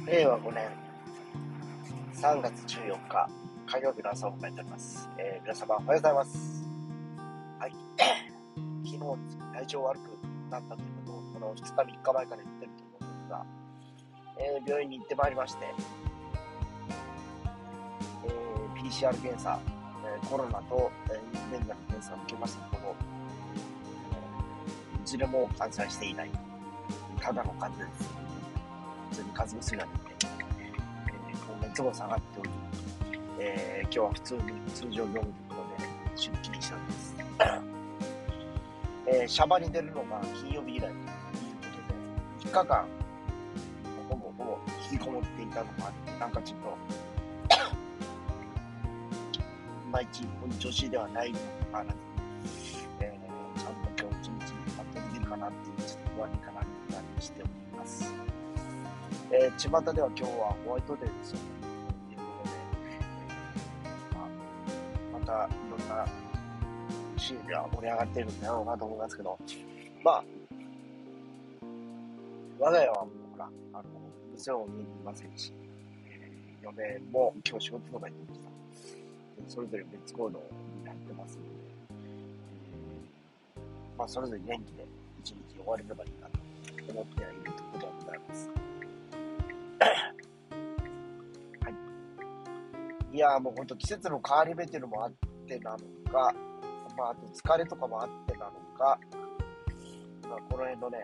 令和5年3月14日火曜日の朝を迎えております。皆様おはようございます。はい。昨日ですね、体調悪くなったということをこの2日3日前から言ってると思うんですが、病院に行ってまいりまして、PCR 検査、コロナと、インフルエンザの検査を受けましたけども、いずれも感染していない。ただの風邪です。普通に風邪薬が出て、熱も下がっており、今日は普通に通常業務ということで出勤しております。シャバに出るのが金曜日以来ということで、3日間ほぼ引きこもっていたのもあって、なんかちょっといまいち本調子ではないにもかかわらず、ちゃんと今日一日まとめてるかなっていうちょっと不安にかなりしております。巷では今日はホワイトデーですよね。ということで、またいろんなシーンでは盛り上がっているんだろうなと思いますけど、我が家はもうほら、娘も家にいませんし、嫁も今日仕事とか行ってました。それぞれ別行動になってますので、それぞれ元気で一日終われればいいなと思ってはいるということでございます。はい。いやーもうほんと季節の変わり目っていうのもあってなのか、あと疲れとかもあってなのか、この辺のね、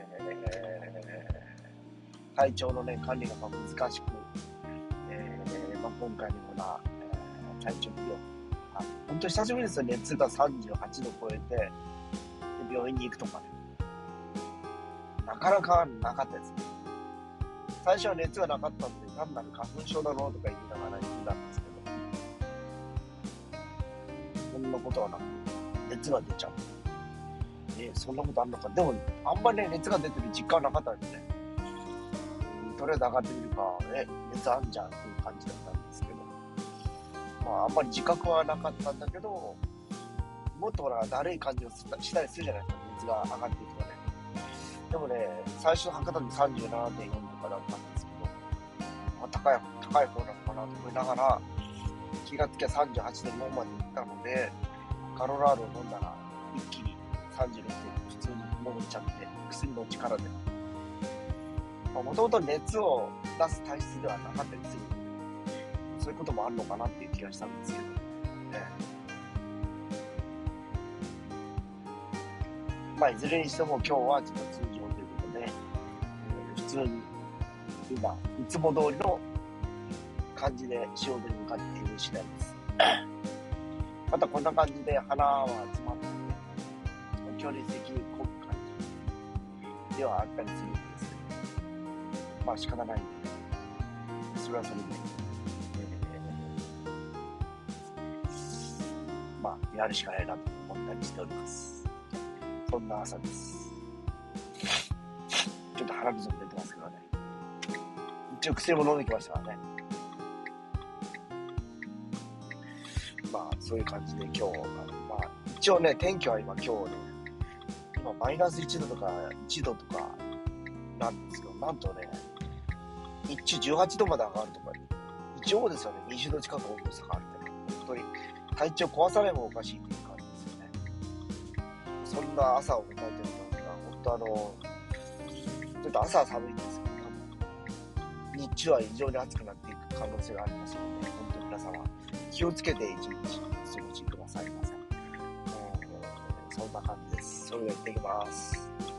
体調のね、管理が難しく、今回のような、体調不良。本当に久しぶりですよ、熱が38度超えて、で病院に行くとかね。なかなかなかったです。最初は熱がなかったんで、単なる花粉症だろうとか言いながら言ってたんですけど、そんなことはなく、熱が出ちゃう。そんなことあるのか。でも、あんまりね、熱が出てる実感はなかったんでね。とりあえず上がってみるか、熱あんじゃんっていう感じだったんですけど、あんまり自覚はなかったんだけど、もっとほら、だるい感じをしたりするじゃないですか、熱が上がっていくとね。でもね、最初測った時 37.4 とかだったんですけど、高い方なのかなと思いながら、気がつきゃ 38.5 まで行ったので、カロラールを飲んだら、一気に36点普通に戻っちゃって、薬の力で。もともと熱を出す体質ではなかったりするので、そういうこともあるのかなっていう気がしたんですけど、いずれにしても今日はちょっと通常ということで、普通に今、いつも通りの感じで仕事に向かっている次第です。またこんな感じで花は集まって、距離的に濃く感じではあったりするんですけど、仕方ないんで、それはそれで、やるしかないなと思ったりしております。そんな朝です。ちょっと鼻水も出てますけどね。一応薬も飲んできましたからね。そういう感じで今日が、一応ね、天気は今マイナス1度とか1度とかなんですけど、なんとね、日中18度まで上がるとか、一応ですよね、20度近く温度差があるってね、本当に体調壊されもおかしいっていう感じですよね。そんな朝を迎えてるのが、本当ちょっと朝は寒いんですけど、日中は異常に暑くなっていく可能性がありますので、本当に皆様気をつけて一日お過ごしくださいませ。そんな感じです。それでは行ってきます。